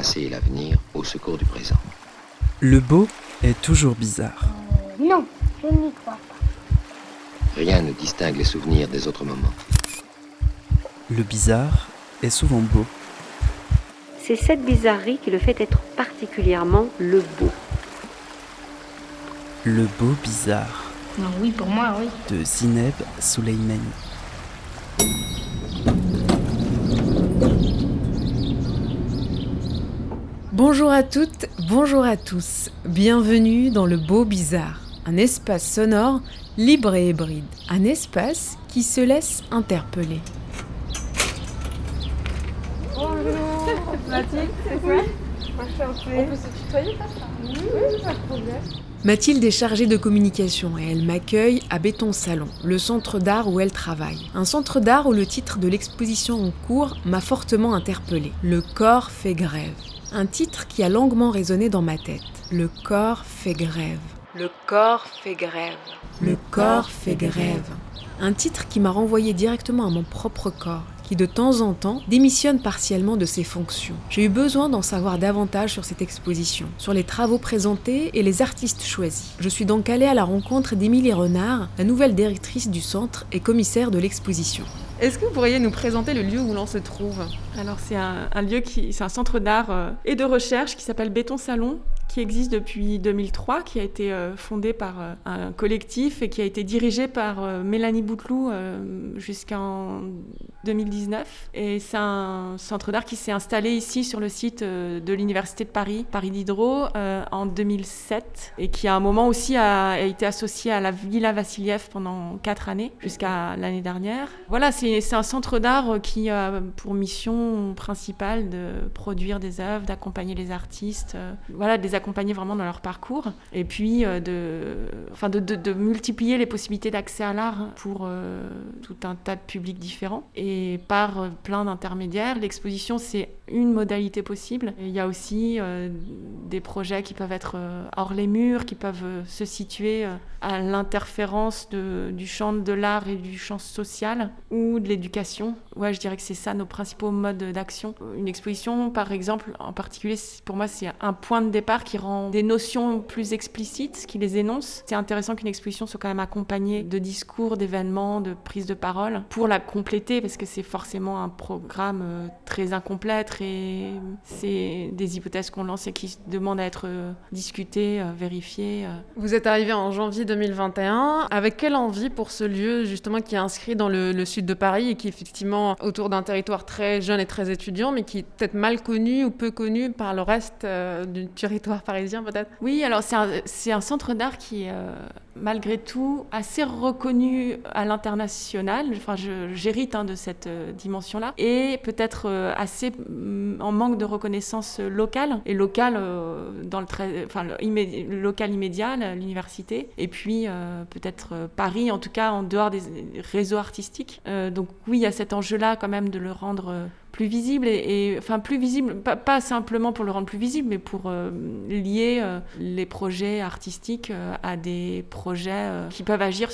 passé et l'avenir au secours du présent. Le beau est toujours bizarre. Non, je n'y crois pas. Rien ne distingue les souvenirs des autres moments. Le bizarre est souvent beau. C'est cette bizarrerie qui le fait être particulièrement le beau. Le beau bizarre. Non, oui, pour moi, oui. De Zineb Souleimani. Bonjour à toutes, bonjour à tous. Bienvenue dans le beau bizarre, un espace sonore libre et hybride, un espace qui se laisse interpeller. Bonjour Mathilde, c'est ça? Enchantée. On peut se tutoyer, pas ça? Oui, pas de problème. Mathilde est chargée de communication et elle m'accueille à Béton Salon, le centre d'art où elle travaille. Un centre d'art où le titre de l'exposition en cours m'a fortement interpellée. Le corps fait grève. Un titre qui a longuement résonné dans ma tête. Le corps fait grève. Le corps fait grève. Le corps fait grève. Un titre qui m'a renvoyé directement à mon propre corps, qui de temps en temps démissionne partiellement de ses fonctions. J'ai eu besoin d'en savoir davantage sur cette exposition, sur les travaux présentés et les artistes choisis. Je suis donc allée à la rencontre d'Émilie Renard, la nouvelle directrice du centre et commissaire de l'exposition. Est-ce que vous pourriez nous présenter le lieu où l'on se trouve ? Alors c'est un lieu c'est un centre d'art et de recherche qui s'appelle Béton Salon, qui existe depuis 2003, qui a été fondé par un collectif et qui a été dirigé par Mélanie Bouteloup jusqu'en 2019. Et c'est un centre d'art qui s'est installé ici sur le site de l'Université de Paris, Paris Diderot, en 2007, et qui à un moment aussi a été associé à la Villa Vassiliev pendant 4 années, jusqu'à l'année dernière. Voilà, c'est un centre d'art qui a pour mission principale de produire des œuvres, d'accompagner les artistes, de les accompagner vraiment dans leur parcours, et puis de multiplier les possibilités d'accès à l'art pour tout un tas de publics différents, et par plein d'intermédiaires. L'exposition, c'est une modalité possible. Et il y a aussi des projets qui peuvent être hors les murs, qui peuvent se situer à l'interférence du champ de l'art et du champ social, ou de l'éducation. Ouais, je dirais que c'est ça nos principaux modes d'action. Une exposition, par exemple, en particulier, pour moi, c'est un point de départ qui rend des notions plus explicites, qui les énonce. C'est intéressant qu'une exposition soit quand même accompagnée de discours, d'événements, de prises de parole, pour la compléter, parce que c'est forcément un programme très incomplet, c'est des hypothèses qu'on lance et qui demandent à être discutées, vérifiées. Vous êtes arrivé en janvier 2021. Avec quelle envie pour ce lieu, justement, qui est inscrit dans le sud de Paris et qui est effectivement autour d'un territoire très jeune et très étudiant, mais qui est peut-être mal connu ou peu connu par le reste du territoire parisien, peut-être? Oui, alors c'est un centre d'art qui est malgré tout assez reconnu à l'international. Enfin, j'hérite de cette dimension-là, et peut-être assez en manque de reconnaissance locale, et locale dans le local immédiat, l'université, et puis peut-être Paris, en tout cas en dehors des réseaux artistiques. Donc oui, il y a cet enjeu-là quand même de le rendre plus visible, plus visible, pas simplement pour le rendre plus visible, mais pour lier les projets artistiques à des projets qui peuvent agir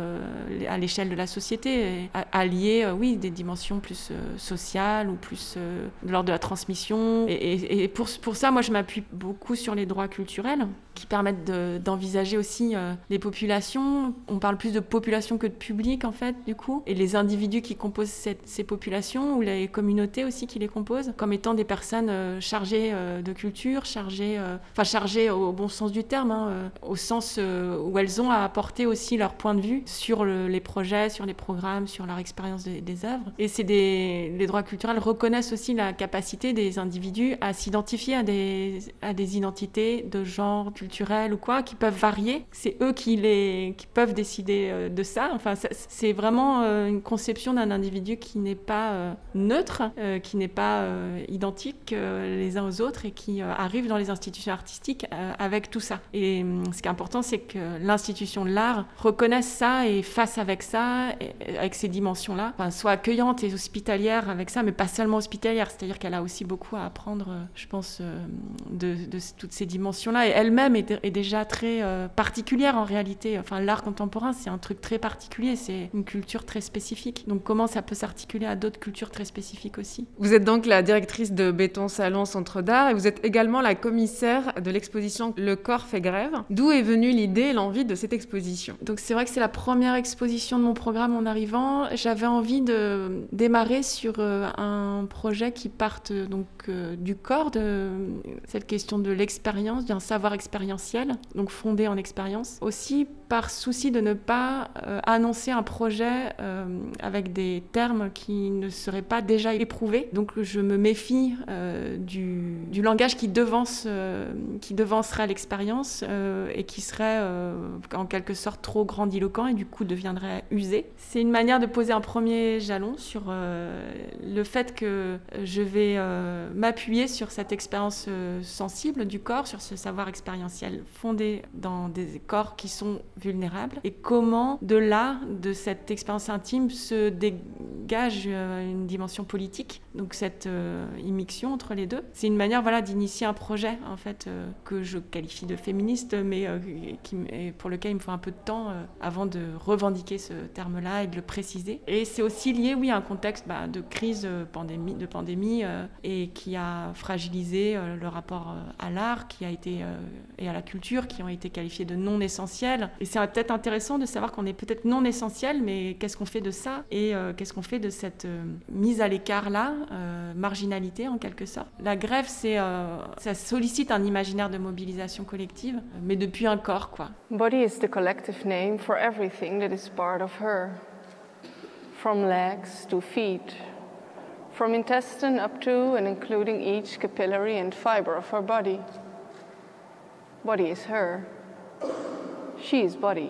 à l'échelle de la société, à lier, des dimensions plus sociales ou plus de l'ordre de la transmission. Et pour ça, moi, je m'appuie beaucoup sur les droits culturels qui permettent d'envisager aussi les populations. On parle plus de population que de public, en fait, du coup. Et les individus qui composent ces populations, ou les communautés aussi qui les composent, comme étant des personnes chargées de culture, chargées au bon sens du terme, au sens où elles ont à apporter aussi leur point de vue sur les projets, sur les programmes, sur leur expérience des œuvres. Et les droits culturels reconnaissent aussi la capacité des individus à s'identifier à des identités de genre culturel ou quoi, qui peuvent varier. C'est eux qui peuvent décider de ça. Enfin, c'est vraiment une conception d'un individu qui n'est pas neutre, qui n'est pas identique les uns aux autres, et qui arrive dans les institutions artistiques avec tout ça. Et ce qui est important, c'est que l'institution de l'art reconnaisse ça et fasse avec ça, avec ces dimensions-là, soit accueillante et hospitalière avec ça, mais pas seulement hospitalière. C'est-à-dire qu'elle a aussi beaucoup à apprendre, je pense, de toutes ces dimensions-là. Et elle-même est déjà très particulière en réalité. Enfin, l'art contemporain, c'est un truc très particulier, c'est une culture très spécifique. Donc comment ça peut s'articuler à d'autres cultures très spécifiques aussi. Vous êtes donc la directrice de Béton Salon Centre d'Art et vous êtes également la commissaire de l'exposition Le corps fait grève. D'où est venue l'idée et l'envie de cette exposition? Donc c'est vrai que c'est la première exposition de mon programme en arrivant. J'avais envie de démarrer sur un projet qui parte du corps, de cette question de l'expérience, d'un savoir expérientiel, donc fondé en expérience. Aussi par souci de ne pas annoncer un projet avec des termes qui ne seraient pas déjà éprouvés. Donc je me méfie du langage qui devancerait l'expérience et qui serait en quelque sorte trop grandiloquent et du coup deviendrait usé. C'est une manière de poser un premier jalon sur le fait que je vais m'appuyer sur cette expérience sensible du corps, sur ce savoir expérientiel fondé dans des corps qui sont vulnérables et comment de là, de cette expérience intime, se dégage une dimension politique, donc cette immixtion entre les deux. C'est une manière d'initier un projet en fait que je qualifie de féministe mais pour lequel il me faut un peu de temps avant de revendiquer ce terme-là et de le préciser. Et c'est aussi lié à un contexte de crise, de pandémie et qui a fragilisé le rapport à l'art et à la culture qui ont été qualifiés de non essentiels. Et c'est peut-être intéressant de savoir qu'on est peut-être non essentiel, mais qu'est-ce qu'on fait de ça et qu'est-ce qu'on fait de cette mise à l'écart-là, marginalité en quelque sorte. La grève, ça sollicite un imaginaire de mobilisation collective, mais depuis un corps, quoi. Body is the collective name for everything that is part of her. From legs to feet, from intestine up to and including each capillary and fiber of her body. Body is her. She is body.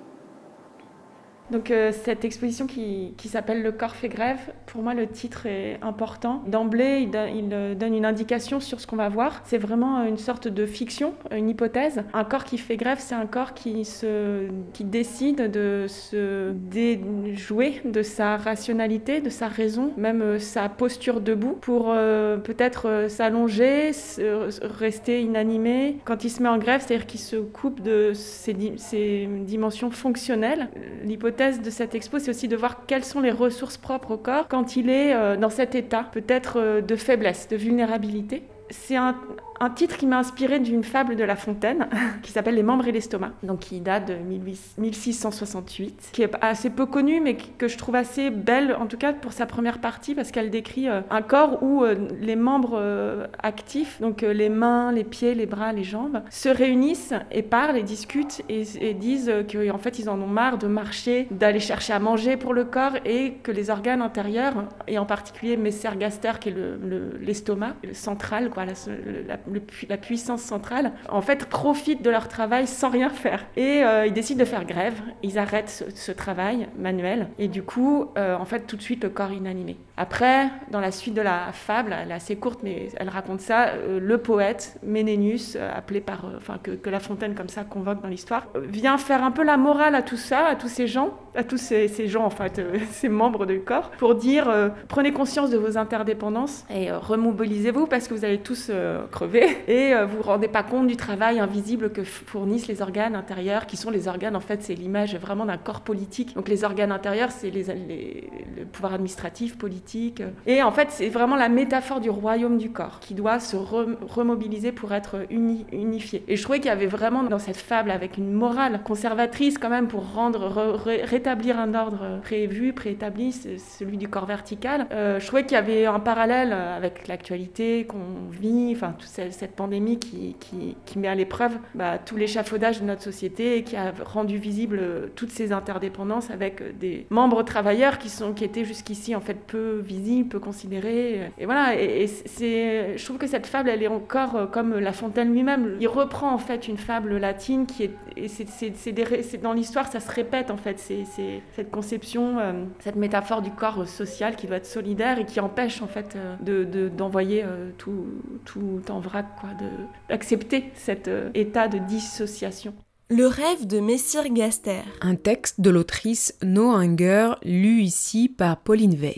Donc cette exposition qui s'appelle Le corps fait grève, pour moi le titre est important. D'emblée, il donne une indication sur ce qu'on va voir. C'est vraiment une sorte de fiction, une hypothèse. Un corps qui fait grève, c'est un corps qui décide de se déjouer de sa rationalité, de sa raison, même sa posture debout, pour peut-être s'allonger, rester inanimé. Quand il se met en grève, c'est-à-dire qu'il se coupe de ses dimensions fonctionnelles. L'hypothèse de cette expo, c'est aussi de voir quelles sont les ressources propres au corps quand il est dans cet état, peut-être de faiblesse, de vulnérabilité. C'est un titre qui m'a inspiré d'une fable de La Fontaine qui s'appelle Les membres et l'estomac, donc qui date de 1668, qui est assez peu connue mais que je trouve assez belle, en tout cas pour sa première partie, parce qu'elle décrit un corps où les membres actifs, donc les mains, les pieds, les bras, les jambes, se réunissent et parlent et discutent et disent qu'en fait ils en ont marre de marcher, d'aller chercher à manger pour le corps et que les organes intérieurs, et en particulier Messer-Gaster qui est l'estomac, le central, quoi, la puissance centrale, en fait, profitent de leur travail sans rien faire. Et ils décident de faire grève, ils arrêtent ce travail manuel, et du coup, en fait, tout de suite, le corps inanimé. Après, dans la suite de la fable, elle est assez courte, mais elle raconte ça, le poète, Ménénius, appelé que La Fontaine, comme ça, convoque dans l'histoire, vient faire un peu la morale à tout ça, à tous ces gens, en fait, ces membres du corps, pour dire, prenez conscience de vos interdépendances et remobilisez-vous parce que vous allez tous crever et vous vous rendez pas compte du travail invisible que fournissent les organes intérieurs, qui sont les organes, en fait, c'est l'image vraiment d'un corps politique. Donc les organes intérieurs, c'est le pouvoir administratif, politique. Et en fait, c'est vraiment la métaphore du royaume du corps qui doit se remobiliser pour être unifié. Et je trouvais qu'il y avait vraiment dans cette fable, avec une morale conservatrice quand même, pour rétablir un ordre préétabli, celui du corps vertical. Je trouvais qu'il y avait un parallèle avec l'actualité qu'on vit, enfin toute cette pandémie qui met à l'épreuve tout l'échafaudage de notre société et qui a rendu visible toutes ces interdépendances avec des membres travailleurs qui étaient jusqu'ici en fait peu visibles, peu considérés. Et voilà, je trouve que cette fable, elle est encore comme La Fontaine lui-même. Il reprend en fait une fable latine c'est dans l'histoire, ça se répète en fait. C'est cette conception, cette métaphore du corps social qui doit être solidaire et qui empêche en fait d'envoyer tout en vrac, quoi, d'accepter cet état de dissociation. Le rêve de Messer-Gaster. Un texte de l'autrice No Hunger, lu ici par Pauline Weiss.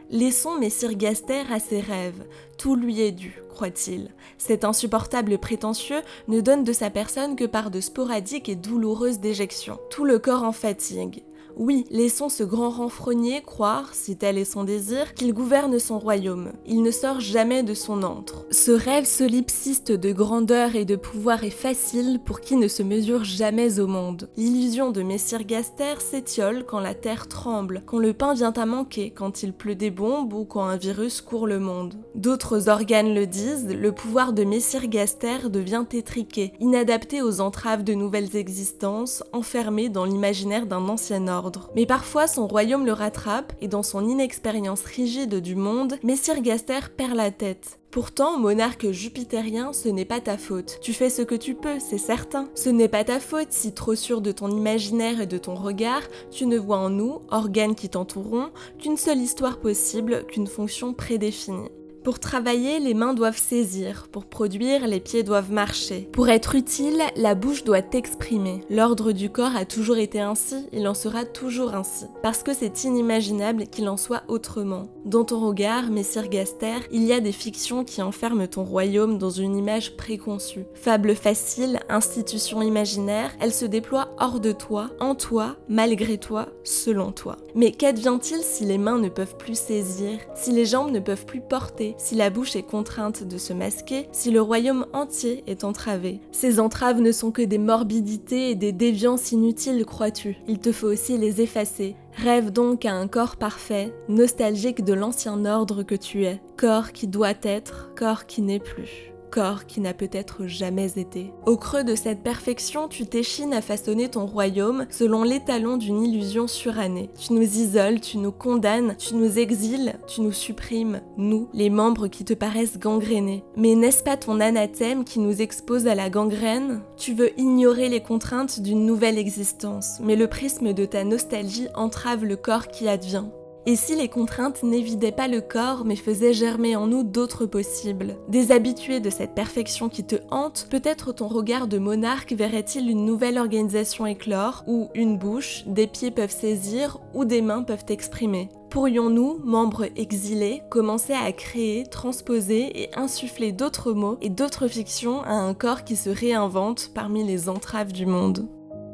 Laissons Messire Gaster à ses rêves. Tout lui est dû, croit-il. Cet insupportable prétentieux ne donne de sa personne que par de sporadiques et douloureuses déjections. Tout le corps en fatigue. Oui, laissons ce grand renfrogné croire, si tel est son désir, qu'il gouverne son royaume. Il ne sort jamais de son antre. Ce rêve solipsiste de grandeur et de pouvoir est facile pour qui ne se mesure jamais au monde. L'illusion de Messire Gaster s'étiole quand la terre tremble, quand le pain vient à manquer, quand il pleut des bombes ou quand un virus court le monde. D'autres organes le disent, le pouvoir de Messire Gaster devient étriqué, inadapté aux entraves de nouvelles existences, enfermé dans l'imaginaire d'un ancien ordre. Mais parfois son royaume le rattrape et dans son inexpérience rigide du monde, Messire Gaster perd la tête. Pourtant, monarque jupitérien, ce n'est pas ta faute. Tu fais ce que tu peux, c'est certain. Ce n'est pas ta faute si, trop sûr de ton imaginaire et de ton regard, tu ne vois en nous, organes qui t'entoureront, qu'une seule histoire possible, qu'une fonction prédéfinie. Pour travailler, les mains doivent saisir. Pour produire, les pieds doivent marcher. Pour être utile, la bouche doit exprimer. L'ordre du corps a toujours été ainsi, il en sera toujours ainsi. Parce que c'est inimaginable qu'il en soit autrement. Dans ton regard, Messire Gaster, il y a des fictions qui enferment ton royaume dans une image préconçue. Fable facile, institution imaginaire, elle se déploie hors de toi, en toi, malgré toi, selon toi. Mais qu'advient-il si les mains ne peuvent plus saisir, si les jambes ne peuvent plus porter, si la bouche est contrainte de se masquer, si le royaume entier est entravé? Ces entraves ne sont que des morbidités et des déviances inutiles, crois-tu? Il te faut aussi les effacer. Rêve donc à un corps parfait, nostalgique de l'ancien ordre que tu es. Corps qui doit être, corps qui n'est plus. Corps qui n'a peut-être jamais été. Au creux de cette perfection, tu t'échines à façonner ton royaume selon l'étalon d'une illusion surannée. Tu nous isoles, tu nous condamnes, tu nous exiles, tu nous supprimes, nous, les membres qui te paraissent gangrénés. Mais n'est-ce pas ton anathème qui nous expose à la gangrène? Tu veux ignorer les contraintes d'une nouvelle existence, mais le prisme de ta nostalgie entrave le corps qui advient. Et si les contraintes n'évidaient pas le corps mais faisaient germer en nous d'autres possibles? Déshabitué de cette perfection qui te hante, peut-être ton regard de monarque verrait-il une nouvelle organisation éclore, où une bouche, des pieds peuvent saisir, ou des mains peuvent exprimer. Pourrions-nous, membres exilés, commencer à créer, transposer et insuffler d'autres mots et d'autres fictions à un corps qui se réinvente parmi les entraves du monde?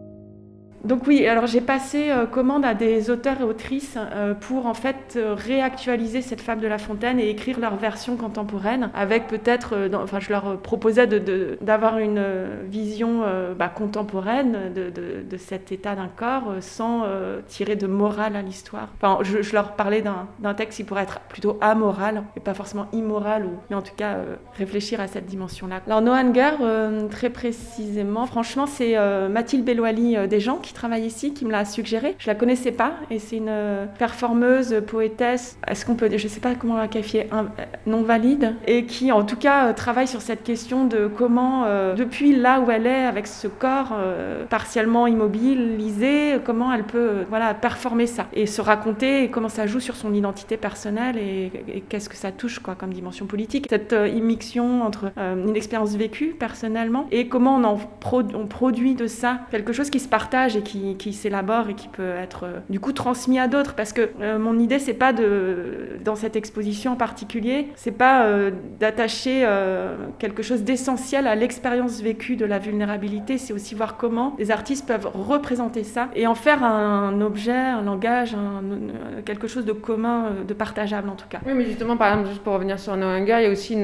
Donc oui, alors j'ai passé commande à des auteurs et autrices pour en fait réactualiser cette fable de La Fontaine et écrire leur version contemporaine avec peut-être, je leur proposais d'avoir une vision contemporaine de cet état d'un corps sans tirer de morale à l'histoire. Enfin, je leur parlais d'un texte qui pourrait être plutôt amoral et pas forcément immoral, mais en tout cas réfléchir à cette dimension-là. Alors No Anger, très précisément, franchement c'est Mathilde Bellouali Desjans qui travaille ici, qui me l'a suggéré. Je la connaissais pas et c'est une performeuse, poétesse, est-ce qu'on peut, je sais pas comment la qualifier, non valide, et qui en tout cas travaille sur cette question de comment, depuis là où elle est, avec ce corps partiellement immobilisé, comment elle peut performer ça et se raconter et comment ça joue sur son identité personnelle et qu'est-ce que ça touche comme dimension politique. Cette immixtion entre une expérience vécue personnellement et comment on produit de ça quelque chose qui se partage et qui s'élabore et qui peut être du coup transmis à d'autres, parce que mon idée c'est pas dans cette exposition en particulier, c'est pas d'attacher quelque chose d'essentiel à l'expérience vécue de la vulnérabilité, c'est aussi voir comment des artistes peuvent représenter ça et en faire un objet, un langage, quelque chose de commun, de partageable en tout cas. Oui, mais justement, par exemple, juste pour revenir sur No Anger, il y a aussi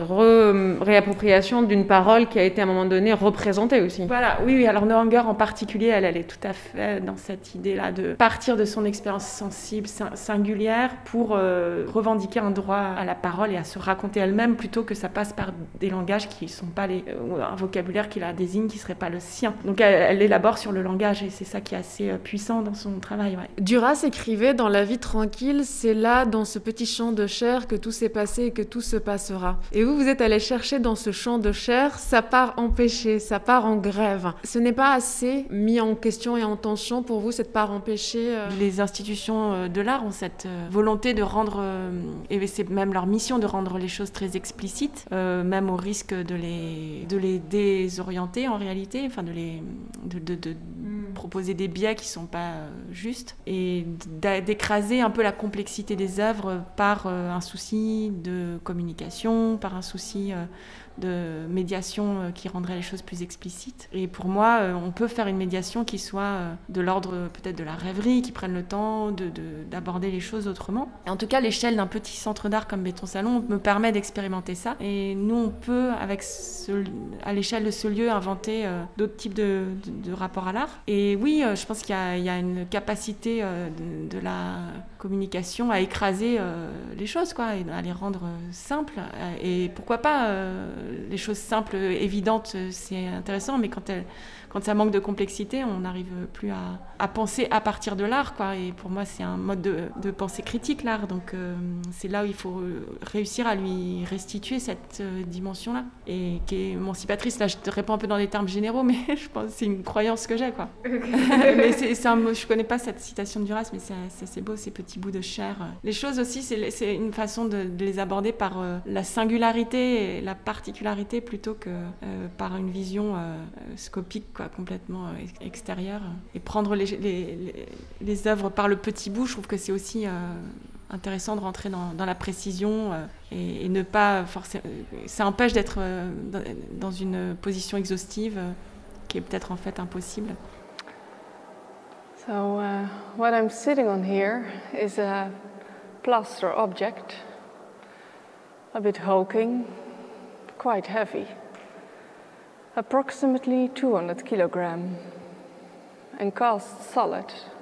une réappropriation d'une parole qui a été à un moment donné représentée aussi. Voilà, oui, alors No Anger en particulier, elle est tout à fait dans cette idée-là de partir de son expérience sensible, singulière, pour revendiquer un droit à la parole et à se raconter elle-même, plutôt que ça passe par des langages qui ne sont pas un vocabulaire qui la désigne, qui ne serait pas le sien. Donc elle élabore sur le langage et c'est ça qui est assez puissant dans son travail. Ouais. Duras écrivait dans La vie tranquille, c'est là, dans ce petit champ de chair, que tout s'est passé et que tout se passera. Et vous êtes allé chercher dans ce champ de chair sa part empêchée, sa part en grève. Ce n'est pas assez mis en question et en tension pour vous, cette part empêchée Les institutions de l'art ont cette volonté de rendre, et c'est même leur mission, de rendre les choses très explicites, même au risque de les désorienter en réalité, enfin de proposer des biais qui sont pas justes et d'écraser un peu la complexité des œuvres par un souci de communication, par un souci de médiation qui rendrait les choses plus explicites. Et pour moi, on peut faire une médiation qui soit de l'ordre peut-être de la rêverie, qui prenne le temps d'aborder les choses autrement. Et en tout cas, l'échelle d'un petit centre d'art comme Béton Salon me permet d'expérimenter ça. Et nous, on peut, à l'échelle de ce lieu, inventer d'autres types de rapports à l'art. Et oui, je pense qu'il y a une capacité de la communication à écraser les choses, quoi, et à les rendre simples. Et pourquoi pas les choses simples, évidentes, c'est intéressant, mais quand ça manque de complexité, on n'arrive plus à penser à partir de l'art, quoi. Et pour moi, c'est un mode de pensée critique, l'art. Donc, c'est là où il faut réussir à lui restituer cette dimension-là, et qui est émancipatrice. Là, je te réponds un peu dans des termes généraux, mais je pense que c'est une croyance que j'ai, quoi. Mais je connais pas cette citation de Duras, mais c'est beau, ces petits bouts de chair. Les choses aussi, c'est une façon de les aborder par la singularité et la particularité plutôt que par une vision scopique, quoi, complètement extérieure. Et prendre les œuvres par le petit bout, je trouve que c'est aussi intéressant de rentrer dans la précision et ne pas forcément... Ça empêche d'être dans une position exhaustive qui est peut-être en fait impossible. So what I'm sitting on here is a plaster object, a bit hulking, quite heavy, approximately 200 kilograms, and cast solid.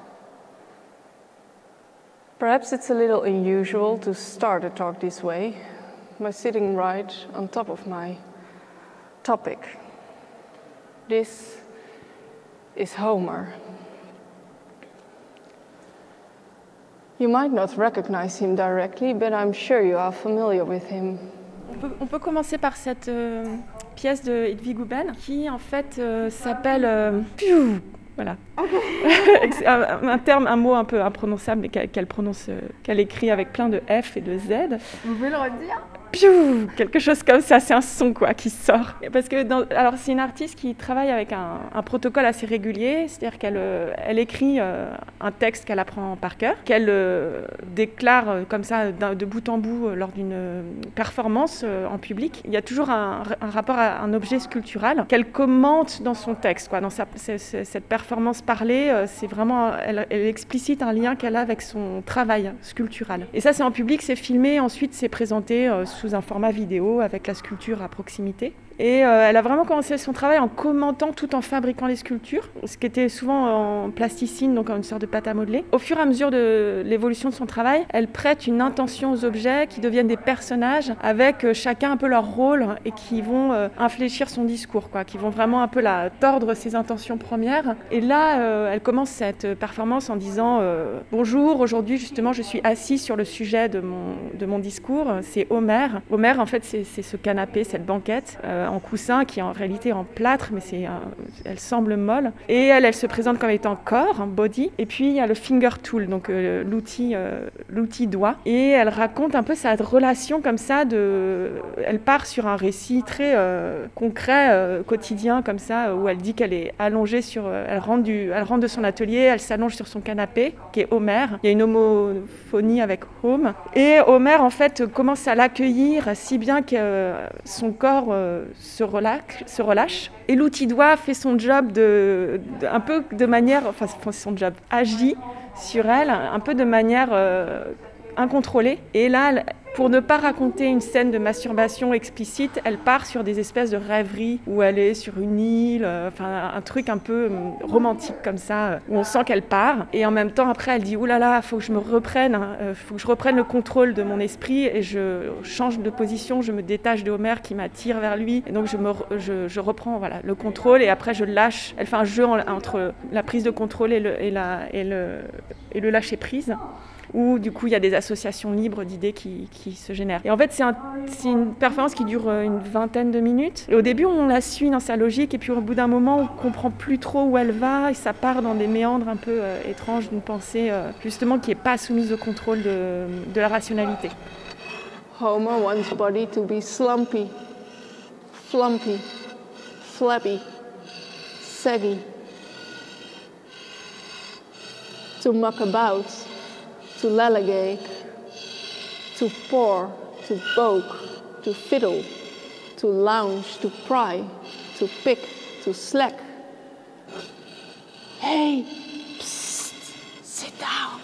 Perhaps it's a little unusual to start a talk this way, by sitting right on top of my topic. This is Homer. You might not recognize him directly, but I'm sure you are familiar with him. On peut commencer par cette pièce de Hedwig Huben qui en fait s'appelle Piou. Voilà. Okay. un mot un peu imprononçable qu'elle écrit avec plein de F et de Z. Vous pouvez le redire ? Piou, quelque chose comme ça, c'est un son quoi qui sort. Parce que alors c'est une artiste qui travaille avec un protocole assez régulier, c'est-à-dire qu'elle écrit un texte qu'elle apprend par cœur, qu'elle déclare comme ça de bout en bout lors d'une performance en public. Il y a toujours un rapport à un objet sculptural qu'elle commente dans son texte, quoi. Dans cette performance parlée, c'est vraiment, elle explicite un lien qu'elle a avec son travail sculptural. Et ça, c'est en public, c'est filmé, ensuite c'est présenté sous un format vidéo avec la sculpture à proximité. Et elle a vraiment commencé son travail en commentant tout en fabriquant les sculptures, ce qui était souvent en plasticine, donc en une sorte de pâte à modeler. Au fur et à mesure de l'évolution de son travail, elle prête une intention aux objets qui deviennent des personnages avec chacun un peu leur rôle et qui vont infléchir son discours, quoi, qui vont vraiment un peu tordre ses intentions premières. Et là, elle commence cette performance en disant « Bonjour, aujourd'hui justement je suis assise sur le sujet de mon discours, c'est Homer. Homer en fait c'est ce canapé, cette banquette en coussin qui est en réalité en plâtre, mais elle semble molle. Et elle se présente comme étant corps, body. Et puis il y a le finger tool, donc l'outil doigt. Et elle raconte un peu sa relation comme ça. Elle part sur un récit très concret, quotidien comme ça, où elle dit qu'elle est allongée elle rentre de son atelier, elle s'allonge sur son canapé, qui est Homer. Il y a une homophonie avec home. Et Homer en fait commence à l'accueillir si bien que son corps se relâche. Et l'outil doigt fait son job un peu de manière, enfin son job agit sur elle, un peu de manière incontrôlée. Et là, pour ne pas raconter une scène de masturbation explicite, elle part sur des espèces de rêveries où elle est sur une île, enfin un truc un peu romantique comme ça, où on sent qu'elle part. Et en même temps, après, elle dit « Ouh là là, faut que je me reprenne, faut que je reprenne le contrôle de mon esprit et je change de position, je me détache de Homer qui m'attire vers lui. Et donc je reprends le contrôle et après je lâche. » Elle fait un jeu entre la prise de contrôle et le lâcher prise, où du coup il y a des associations libres d'idées qui se génèrent. Et en fait c'est une performance qui dure une vingtaine de minutes. Et au début on la suit dans sa logique et puis au bout d'un moment on comprend plus trop où elle va et ça part dans des méandres un peu étranges d'une pensée justement qui n'est pas soumise au contrôle de la rationalité. Homer wants body to be slumpy, flumpy, flabby, saggy. to muck about, to lallygate, to pour, to poke, to fiddle, to lounge, to pry, to pick, to slack. Hey, psst, sit down.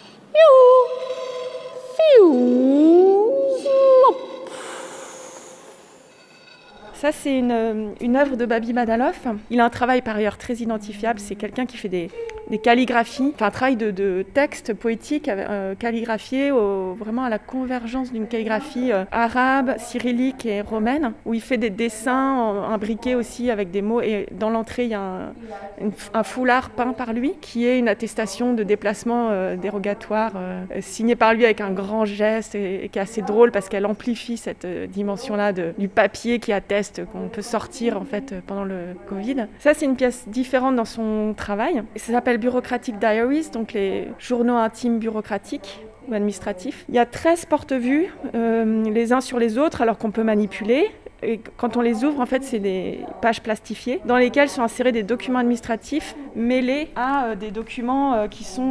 Ça, c'est une œuvre de Babi Badalov. Il a un travail par ailleurs très identifiable. C'est quelqu'un qui fait des calligraphies, enfin un travail de texte poétique calligraphié vraiment à la convergence d'une calligraphie arabe, cyrillique et romaine, où il fait des dessins imbriqués aussi avec des mots. Et dans l'entrée, il y a un foulard peint par lui, qui est une attestation de déplacement dérogatoire, signée par lui avec un grand geste et qui est assez drôle parce qu'elle amplifie cette dimension-là du papier qui atteste qu'on peut sortir en fait pendant le Covid. Ça, c'est une pièce différente dans son travail. Et ça s'appelle Bureaucratic Diaries, donc les journaux intimes bureaucratiques ou administratifs. Il y a 13 porte-vues, les uns sur les autres, alors qu'on peut manipuler. Et quand on les ouvre, en fait, c'est des pages plastifiées dans lesquelles sont insérés des documents administratifs mêlés à des documents qui sont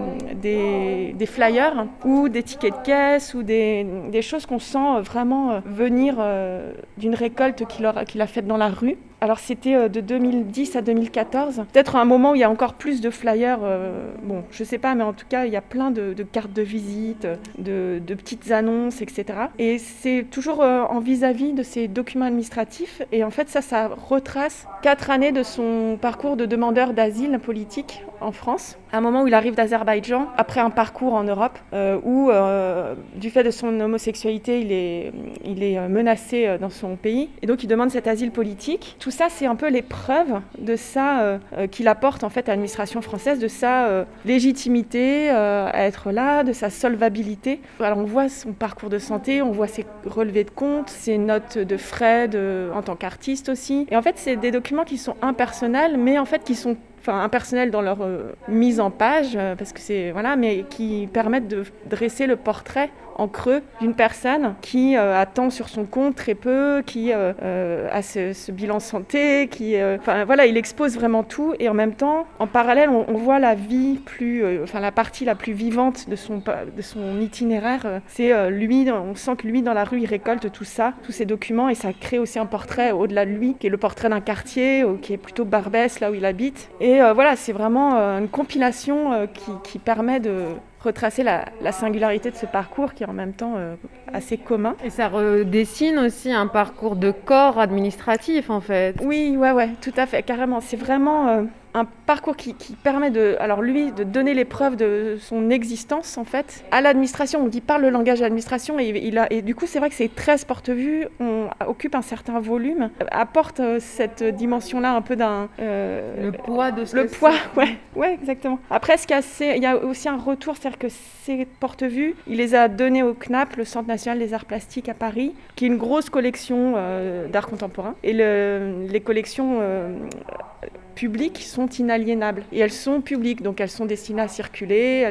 des flyers ou des tickets de caisse ou des choses qu'on sent vraiment venir d'une récolte qu'il a faite dans la rue. Alors c'était de 2010 à 2014, peut-être un moment où il y a encore plus de flyers, bon je sais pas, mais en tout cas il y a plein de cartes de visite, de petites annonces, etc. Et c'est toujours en vis-à-vis de ces documents administratifs, et en fait ça retrace 4 années de son parcours de demandeur d'asile politique en France, à un moment où il arrive d'Azerbaïdjan, après un parcours en Europe, où du fait de son homosexualité il est menacé dans son pays, et donc il demande cet asile politique. Tout ça, c'est un peu l'épreuve de ça qu'il apporte en fait à l'administration française, de sa légitimité à être là, de sa solvabilité. Alors on voit son parcours de santé, on voit ses relevés de compte, ses notes de frais en tant qu'artiste aussi. Et en fait, c'est des documents qui sont impersonnels, mais en fait qui sont impersonnels dans leur mise en page, parce que c'est mais qui permettent de dresser le portrait en creux d'une personne qui attend sur son compte très peu, qui a ce bilan santé, il expose vraiment tout, et en même temps, en parallèle, on voit la vie la partie la plus vivante de son itinéraire. C'est lui, on sent que lui, dans la rue, il récolte tout ça, tous ces documents, et ça crée aussi un portrait au-delà de lui, qui est le portrait d'un quartier, qui est plutôt Barbès, là où il habite. Et c'est vraiment une compilation qui permet de retracer la singularité de ce parcours qui est en même temps assez commun. Et ça redessine aussi un parcours de corps administratif en fait. Oui, ouais, tout à fait, carrément. C'est vraiment un parcours qui permet de donner les preuves de son existence en fait à l'administration. On parle le langage de l'administration, et du coup c'est vrai que ces 13 porte-vues occupent un certain volume, apportent cette dimension-là un peu d'un... le poids de ce le poids, ouais, exactement. Après, il y a aussi un retour, c'est-à-dire que ces porte-vues, il les a donnés au CNAP, le Centre National des Arts Plastiques à Paris, qui est une grosse collection d'art contemporain. Et les collections publiques sont inaliénables, et elles sont publiques, donc elles sont destinées à circuler,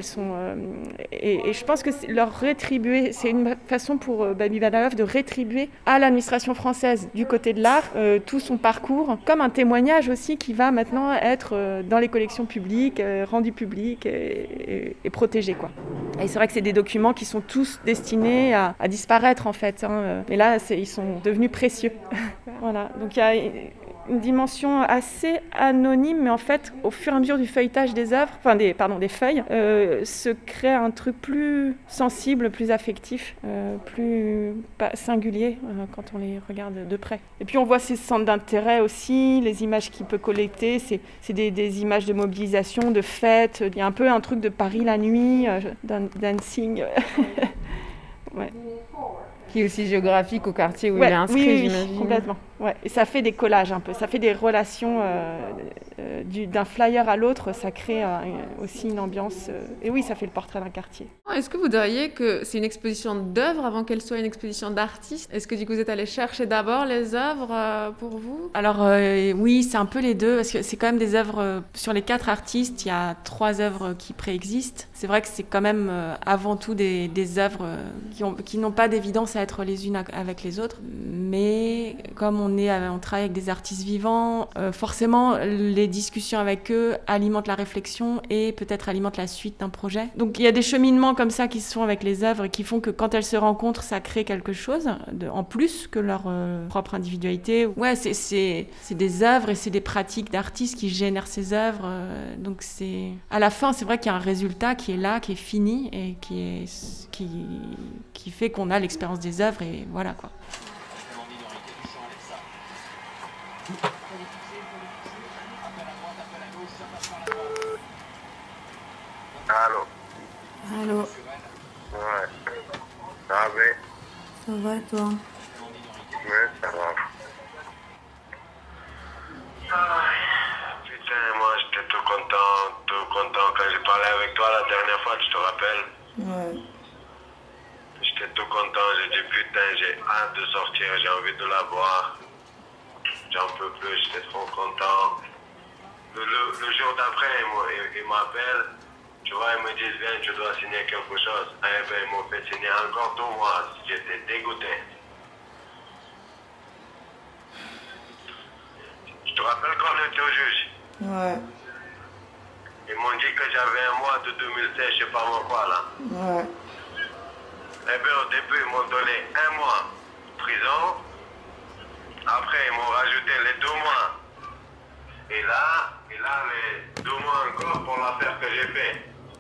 et je pense que leur rétribuer, c'est une façon pour Babi Badalov de rétribuer à l'administration française du côté de l'art tout son parcours, comme un témoignage aussi qui va maintenant être dans les collections publiques, rendu public et protégé, quoi. Et c'est vrai que c'est des documents qui sont tous destinés à disparaître en fait, mais là ils sont devenus précieux. Voilà, donc il y a une dimension assez anonyme, mais en fait, au fur et à mesure du feuilletage des œuvres, des feuilles, se crée un truc plus sensible, plus affectif, plus singulier quand on les regarde de près. Et puis on voit ses centres d'intérêt aussi, les images qu'il peut collecter, c'est des images de mobilisation, de fêtes. Il y a un peu un truc de Paris la nuit, dancing. Ouais. Qui est aussi géographique au quartier où il est inscrit, j'imagine. Oui, complètement. Ouais. Et ça fait des collages un peu, ça fait des relations d'un flyer à l'autre, ça crée aussi une ambiance. Et oui, ça fait le portrait d'un quartier. Est-ce que vous diriez que c'est une exposition d'œuvres avant qu'elle soit une exposition d'artistes ? Est-ce que du coup vous êtes allé chercher d'abord les œuvres pour vous ? Alors oui, c'est un peu les deux, parce que c'est quand même des œuvres, sur les 4 artistes, il y a 3 œuvres qui préexistent. C'est vrai que c'est quand même avant tout des œuvres qui n'ont pas d'évidence à être les unes avec les autres, mais comme on travaille avec des artistes vivants, forcément les discussions avec eux alimentent la réflexion et peut-être alimentent la suite d'un projet. Donc il y a des cheminements comme ça qui se font avec les œuvres et qui font que quand elles se rencontrent, ça crée quelque chose en plus que leur propre individualité. Ouais, c'est des œuvres et c'est des pratiques d'artistes qui génèrent ces œuvres. Donc à la fin, c'est vrai qu'il y a un résultat qui est là, qui est fini et qui fait qu'on a l'expérience des œuvres et voilà quoi. Allô. Allô. Ouais. Ça va bien? Ça va et toi? Ouais, ça va. Putain, moi j'étais tout content quand j'ai parlé avec toi la dernière fois, tu te rappelles? Ouais. J'étais tout content, j'ai dit putain, j'ai hâte de sortir, j'ai envie de la voir. J'en peux plus, j'étais trop content. Le jour d'après, ils m'appellent, tu vois, ils me disent viens, tu dois signer quelque chose. Eh ben, ils m'ont fait signer encore 2 mois, j'étais dégoûté. Tu te rappelles quand on était au juge? Ouais. Ils m'ont dit que j'avais 1 mois de 2016, je sais pas moi quoi là. Ouais. Eh bien au début ils m'ont donné 1 mois de prison. Après ils m'ont rajouté les 2 mois. Et là les 2 mois encore pour l'affaire que j'ai fait.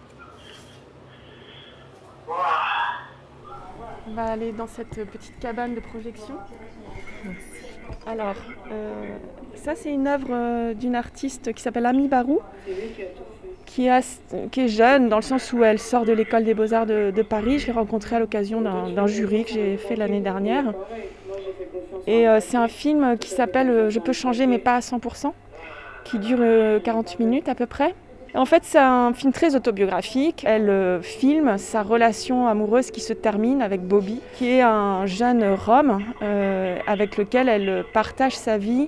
Wow. On va aller dans cette petite cabane de projection. Alors, ça c'est une œuvre d'une artiste qui s'appelle Ami Barou, qui est jeune dans le sens où elle sort de l'école des Beaux-Arts de Paris. Je l'ai rencontrée à l'occasion d'un jury que j'ai fait l'année dernière. Et c'est un film qui s'appelle « Je peux changer mais pas à 100%», qui dure 40 minutes à peu près. En fait, c'est un film très autobiographique. Elle filme sa relation amoureuse qui se termine avec Bobby, qui est un jeune Rome avec lequel elle partage sa vie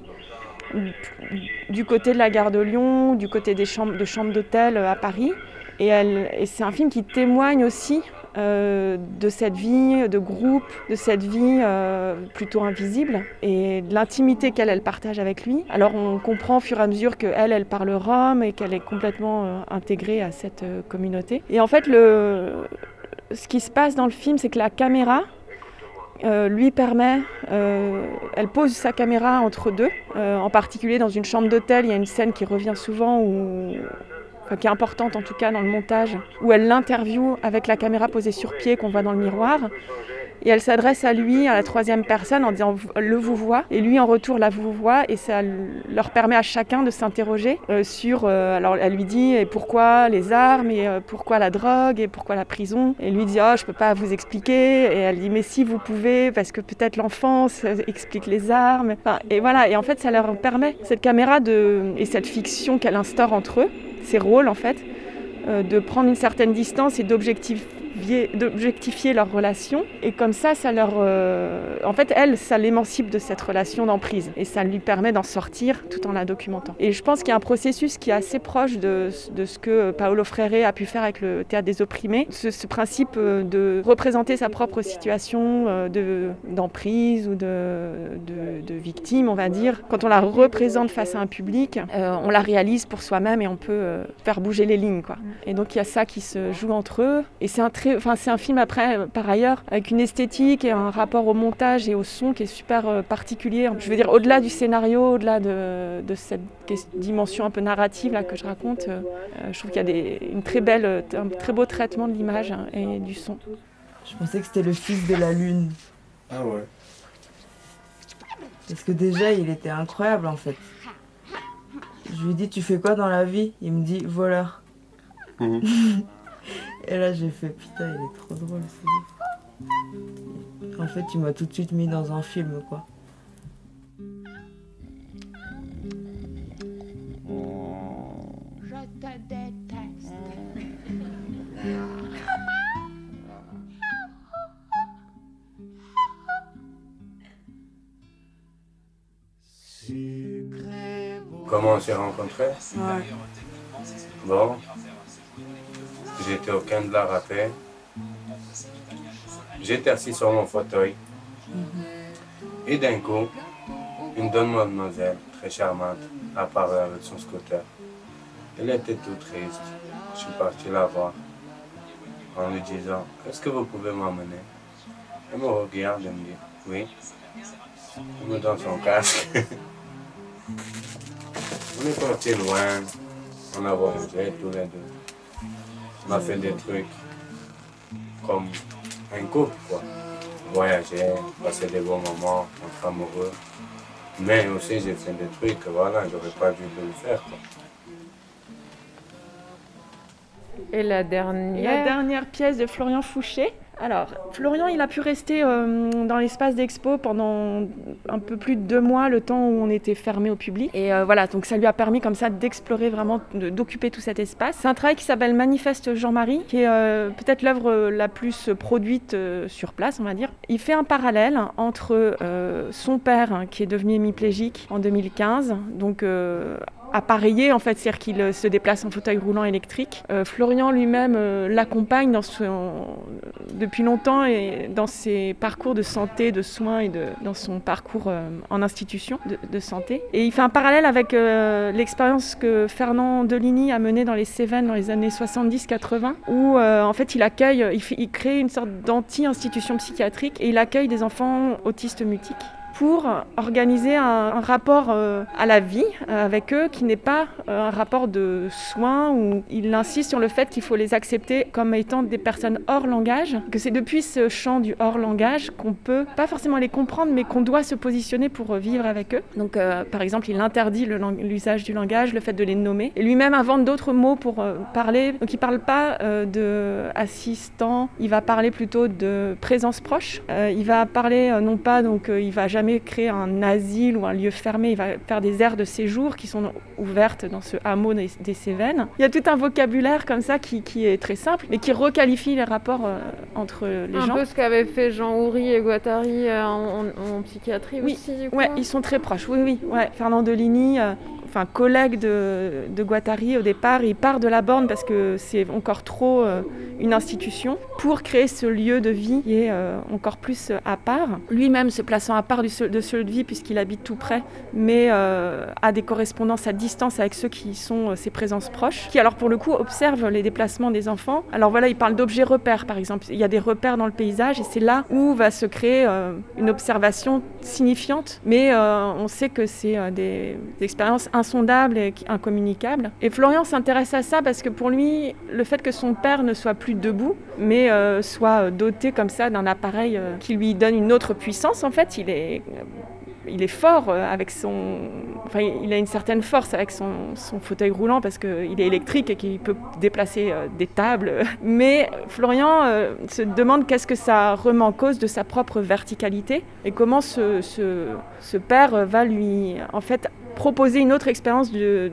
du côté de la gare de Lyon, du côté de chambres d'hôtel à Paris. Et c'est un film qui témoigne aussi de cette vie de groupe, de cette vie plutôt invisible et de l'intimité qu'elle partage avec lui. Alors on comprend au fur et à mesure qu'elle parle rome et qu'elle est complètement intégrée à cette communauté. Et en fait, ce qui se passe dans le film, c'est que la caméra lui permet, elle pose sa caméra entre deux, en particulier dans une chambre d'hôtel. Il y a une scène qui revient souvent qui est importante en tout cas dans le montage, où elle l'interviewe avec la caméra posée sur pied qu'on voit dans le miroir. Et elle s'adresse à lui, à la 3e personne, en disant « le vous voit ». Et lui, en retour, la vous voit. Et ça leur permet à chacun de s'interroger sur... alors, elle lui dit « et pourquoi les armes ? Et pourquoi la drogue ? Et pourquoi la prison ?» Et lui dit « oh, je ne peux pas vous expliquer. » Et elle dit « mais si, vous pouvez, parce que peut-être l'enfance explique les armes. » Enfin, et voilà. Et en fait, ça leur permet, cette caméra et cette fiction qu'elle instaure entre eux, ces rôles en fait, de prendre une certaine distance et d'objectifier leur relation. Et comme ça leur... en fait, elle, ça l'émancipe de cette relation d'emprise. Et ça lui permet d'en sortir tout en la documentant. Et je pense qu'il y a un processus qui est assez proche de ce que Paolo Freire a pu faire avec le Théâtre des Opprimés. Ce principe de représenter sa propre situation d'emprise ou de victime, on va dire. Quand on la représente face à un public, on la réalise pour soi-même et on peut faire bouger les lignes, quoi. Et donc il y a ça qui se joue entre eux. Et c'est un film après, par ailleurs, avec une esthétique et un rapport au montage et au son qui est super particulier. Je veux dire, au-delà du scénario, au-delà de cette dimension un peu narrative là, que je raconte, je trouve qu'il y a un très beau traitement de l'image et du son. Je pensais que c'était le fils de la lune. Ah ouais. Parce que déjà, il était incroyable en fait. Je lui ai dit, tu fais quoi dans la vie? Il me dit, voleur. Et là, j'ai fait, putain, il est trop drôle ce livre. En fait, tu m'as tout de suite mis dans un film, quoi. Je te déteste. Comment on s'est rencontrés? Ouais. Bon, j'étais au camp de la rapée. J'étais assis sur mon fauteuil. Et d'un coup, une demoiselle très charmante à parler avec son scooter. Elle était toute triste. Je suis parti la voir en lui disant « Est-ce que vous pouvez m'emmener ?» Elle me regarde et me dit « Oui ». Elle me donne son casque. On est parti loin, on a voyagé tous les deux. On a fait des trucs comme un couple, quoi. Voyager, passer des bons moments entre amoureux. Mais aussi j'ai fait des trucs, voilà, j'aurais pas dû le faire, quoi. Et la dernière pièce de Florian Fouché. Alors, Florian, il a pu rester dans l'espace d'expo pendant un peu plus de 2 mois, le temps où on était fermé au public. Et voilà, donc ça lui a permis comme ça d'explorer vraiment, d'occuper tout cet espace. C'est un travail qui s'appelle Manifeste Jean-Marie, qui est peut-être l'œuvre la plus produite sur place, on va dire. Il fait un parallèle entre son père, qui est devenu hémiplégique en 2015, donc appareillé en fait, c'est-à-dire qu'il se déplace en fauteuil roulant électrique. Florian lui-même l'accompagne depuis longtemps et dans ses parcours de santé, de soins et dans son parcours en institution de santé. Et il fait un parallèle avec l'expérience que Fernand Deligny a menée dans les Cévennes dans les années 70-80 où en fait il crée une sorte d'anti-institution psychiatrique et il accueille des enfants autistes mutiques pour organiser un rapport à la vie avec eux qui n'est pas un rapport de soins où il insiste sur le fait qu'il faut les accepter comme étant des personnes hors langage, que c'est depuis ce champ du hors langage qu'on peut pas forcément les comprendre mais qu'on doit se positionner pour vivre avec eux. Donc par exemple il interdit l'usage du langage, le fait de les nommer et lui-même invente d'autres mots pour parler. Donc il parle pas de assistant, il va parler plutôt de présence proche. Il va parler non pas donc il va jamais créer un asile ou un lieu fermé, il va faire des aires de séjour qui sont ouvertes dans ce hameau des Cévennes. Il y a tout un vocabulaire comme ça qui est très simple et qui requalifie les rapports entre les gens. Un peu ce qu'avaient fait Jean Houry et Guattari en psychiatrie aussi. Du coup. Ouais, ils sont très proches, oui. Ouais. Fernand Deligny, collègue de Guattari au départ, il part de la borne parce que c'est encore trop une institution pour créer ce lieu de vie qui est encore plus à part. Lui-même se plaçant à part de ce lieu de vie puisqu'il habite tout près, mais a des correspondances à distance avec ceux qui sont ses présences proches, qui alors pour le coup observent les déplacements des enfants. Alors voilà, il parle d'objets repères par exemple. Il y a des repères dans le paysage et c'est là où va se créer une observation signifiante, mais on sait que c'est des expériences insondables et incommunicables. Et Florian s'intéresse à ça parce que pour lui, le fait que son père ne soit plus debout, mais soit doté comme ça d'un appareil qui lui donne une autre puissance, en fait, il est fort avec il a une certaine force avec son fauteuil roulant parce qu'il est électrique et qu'il peut déplacer des tables. Mais Florian se demande qu'est-ce que ça remet en cause de sa propre verticalité et comment ce père va lui, en fait, proposer une autre expérience,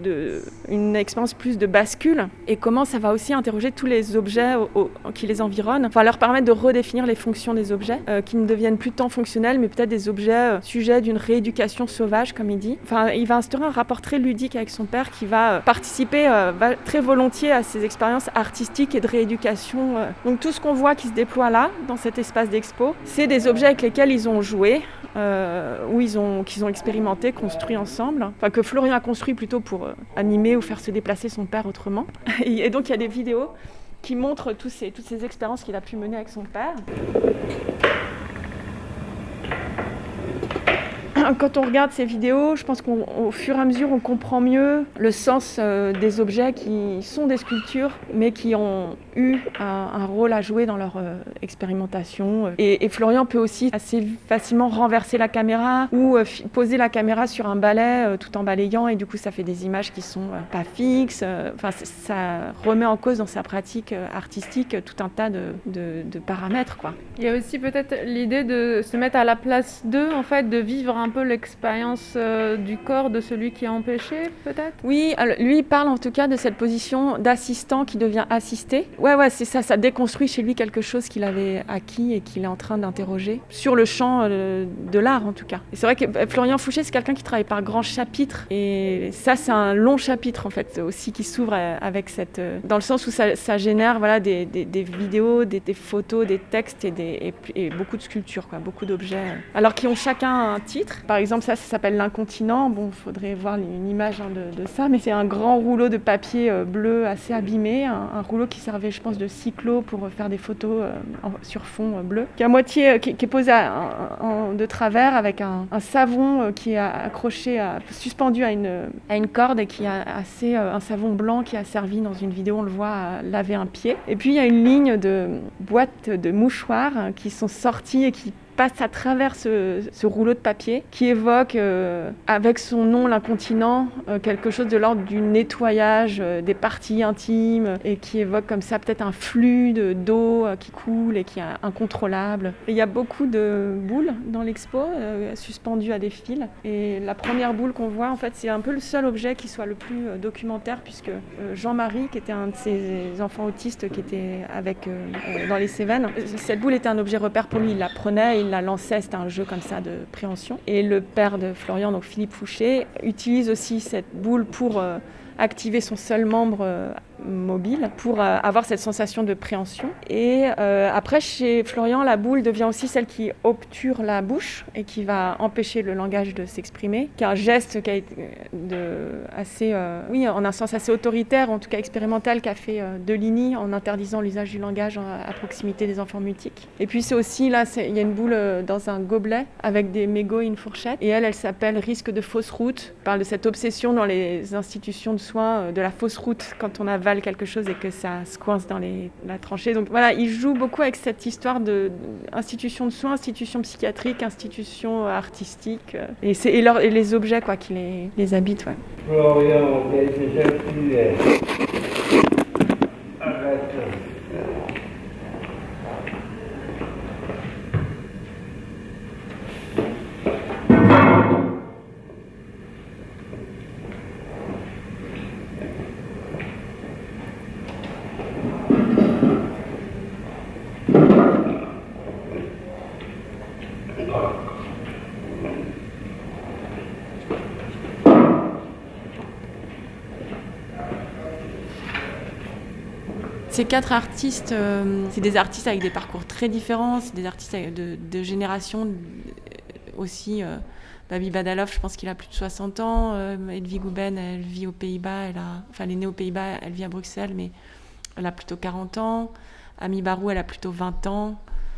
une expérience plus de bascule et comment ça va aussi interroger tous les objets qui les environnent, leur permettre de redéfinir les fonctions des objets qui ne deviennent plus tant fonctionnels mais peut-être des objets sujets d'une rééducation sauvage comme il dit. Il va instaurer un rapport très ludique avec son père qui va participer très volontiers à ces expériences artistiques et de rééducation. Donc tout ce qu'on voit qui se déploie là, dans cet espace d'expo, c'est des objets avec lesquels ils ont joué, qu'ils ont expérimenté, construit ensemble. Que Florian a construit plutôt pour animer ou faire se déplacer son père autrement. Et donc il y a des vidéos qui montrent toutes ces expériences qu'il a pu mener avec son père. Quand on regarde ces vidéos, je pense qu'au fur et à mesure, on comprend mieux le sens des objets qui sont des sculptures, mais qui ont eu un rôle à jouer dans leur expérimentation. Et Florian peut aussi assez facilement renverser la caméra ou poser la caméra sur un balai tout en balayant, et du coup, ça fait des images qui sont pas fixes. Ça remet en cause dans sa pratique artistique tout un tas de paramètres, quoi. Il y a aussi peut-être l'idée de se mettre à la place d'eux, en fait, de vivre un peu l'expérience du corps de celui qui est empêché, peut-être ? Oui, alors, lui, il parle en tout cas de cette position d'assistant qui devient assisté. Ouais, c'est ça, ça déconstruit chez lui quelque chose qu'il avait acquis et qu'il est en train d'interroger, sur le champ de l'art en tout cas. Et c'est vrai que Florian Fouché, c'est quelqu'un qui travaille par grands chapitres, et ça, c'est un long chapitre en fait, aussi qui s'ouvre avec dans le sens où ça génère des vidéos, des photos, des textes et beaucoup de sculptures, beaucoup d'objets, alors qui ont chacun un titre. Par exemple, ça s'appelle l'incontinent. Bon, il faudrait voir une image de ça, mais c'est un grand rouleau de papier bleu assez abîmé, un rouleau qui servait, je pense, de cyclo pour faire des photos sur fond bleu, qui est à moitié, qui est posé de travers avec un savon qui est accroché, suspendu à une corde et qui a un savon blanc qui a servi dans une vidéo, on le voit, à laver un pied. Et puis il y a une ligne de boîtes de mouchoirs qui sont sorties et qui passe à travers ce rouleau de papier qui évoque, avec son nom, l'incontinent, quelque chose de l'ordre du nettoyage des parties intimes et qui évoque comme ça peut-être un flux d'eau qui coule et qui est incontrôlable. Et il y a beaucoup de boules dans l'expo, suspendues à des fils. Et la première boule qu'on voit, en fait, c'est un peu le seul objet qui soit le plus documentaire, puisque Jean-Marie, qui était un de ces enfants autistes qui était dans les Cévennes, cette boule était un objet repère pour lui. Il la prenait, il la lançait, c'était un jeu comme ça de préhension. Et le père de Florian, donc Philippe Fouché, utilise aussi cette boule pour activer son seul membre mobile pour avoir cette sensation de préhension. Et après, chez Florian, la boule devient aussi celle qui obture la bouche et qui va empêcher le langage de s'exprimer, qui est un geste qui a été en un sens assez autoritaire, en tout cas expérimental, qu'a fait Deligny en interdisant l'usage du langage à proximité des enfants mutiques. Et puis c'est aussi, là, il y a une boule dans un gobelet avec des mégots et une fourchette. Et elle s'appelle risque de fausse route. On parle de cette obsession dans les institutions de soins, de la fausse route quand on avale quelque chose et que ça se coince dans la tranchée. Donc voilà, il joue beaucoup avec cette histoire d'institution de soins, institution psychiatrique, institution artistique et les objets quoi, qui les habitent. Ouais. Florian, Ces 4 artistes, c'est des artistes avec des parcours très différents, c'est des artistes de génération aussi. Babi Badalov, je pense qu'il a plus de 60 ans. Hedwig Huben, elle vit aux Pays-Bas, elle est née aux Pays-Bas, elle vit à Bruxelles, mais elle a plutôt 40 ans. Ami Barou, elle a plutôt 20 ans.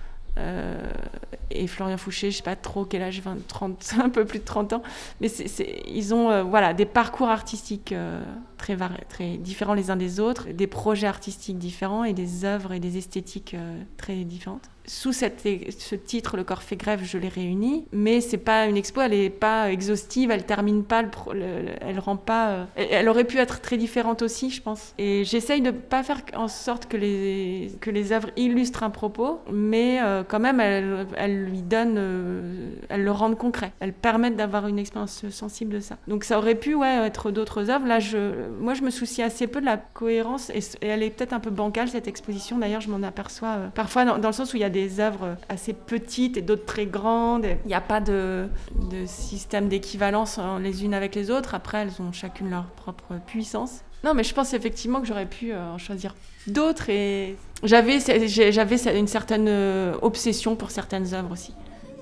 Et Florian Fouché, je ne sais pas trop quel âge, 30, un peu plus de 30 ans. Mais ils ont des parcours artistiques très différents les uns des autres, des projets artistiques différents et des œuvres et des esthétiques très différentes. Sous ce titre, Le corps fait grève, je les réunis, mais c'est pas une expo, elle n'est pas exhaustive, elle termine pas, elle rend pas. Elle aurait pu être très différente aussi, je pense. Et j'essaye de pas faire en sorte que les œuvres illustrent un propos, mais quand même, elles lui donnent, elles le rendent concret. Elles permettent d'avoir une expérience sensible de ça. Donc ça aurait pu être d'autres œuvres. Là, moi, je me soucie assez peu de la cohérence, et elle est peut-être un peu bancale cette exposition. D'ailleurs, je m'en aperçois parfois dans le sens où il y a des œuvres assez petites et d'autres très grandes. Il n'y a pas de système d'équivalence les unes avec les autres. Après, elles ont chacune leur propre puissance. Non, mais je pense effectivement que j'aurais pu en choisir d'autres. Et j'avais une certaine obsession pour certaines œuvres aussi.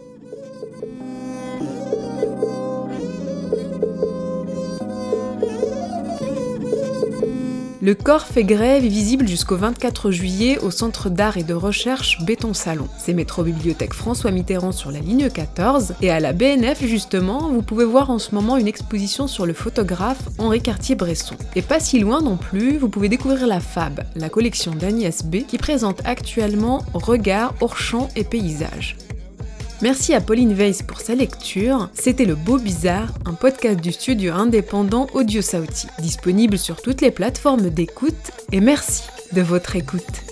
Le corps fait grève est visible jusqu'au 24 juillet au Centre d'art et de recherche Béton Salon. C'est métro Bibliothèque François Mitterrand sur la ligne 14. Et à la BNF, justement, vous pouvez voir en ce moment une exposition sur le photographe Henri Cartier-Bresson. Et pas si loin non plus, vous pouvez découvrir la FAB, la collection d'Agnès B, qui présente actuellement Regards, hors-champ et paysages. Merci à Pauline Weiss pour sa lecture. C'était Le Beau Bizarre, un podcast du studio indépendant Audio Sauti, disponible sur toutes les plateformes d'écoute, et merci de votre écoute.